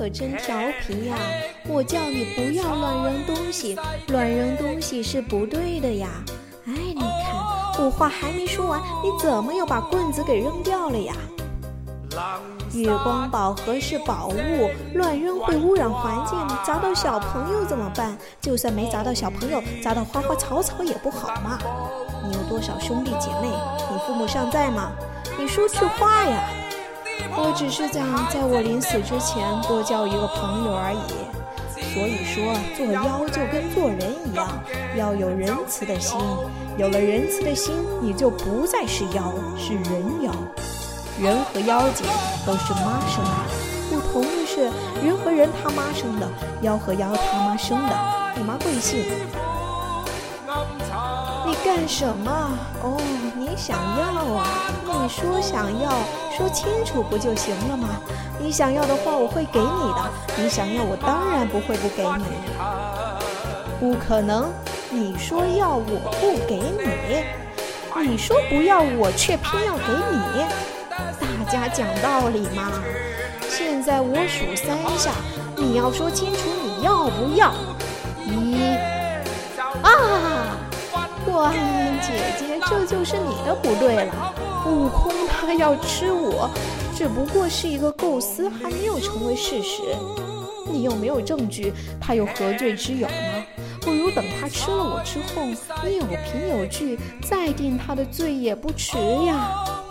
可真调皮呀！我叫你不要乱扔东西，乱扔东西是不对的呀。哎，你看，我话还没说完，你怎么又把棍子给扔掉了呀？月光宝盒是宝物，乱扔会污染环境，砸到小朋友怎么办？就算没砸到小朋友，砸到花花草草也不好嘛。你有多少兄弟姐妹？你父母尚在吗？你说句话呀！我只是想在我临死之前多交一个朋友而已。所以说，做妖就跟做人一样，要有仁慈的心。有了仁慈的心，你就不再是妖，是人妖。人和妖精都是妈生的，不同的是，人和人他妈生的，妖和妖他妈生的。你妈贵姓？你干什么？哦，你想要啊？你说想要，说清楚不就行了吗？你想要的话，我会给你的。你想要，我当然不会不给你。不可能，你说要，我不给你；你说不要，我却偏要给你。大家讲道理嘛。现在我数3下，你要说清楚你要不要。1啊！观音姐姐，这就是你的不对了。悟空他要吃我，只不过是一个构思，还没有成为事实。你又没有证据，他有何罪之有呢？不如等他吃了我之后，你有凭有据，再定他的罪也不迟呀。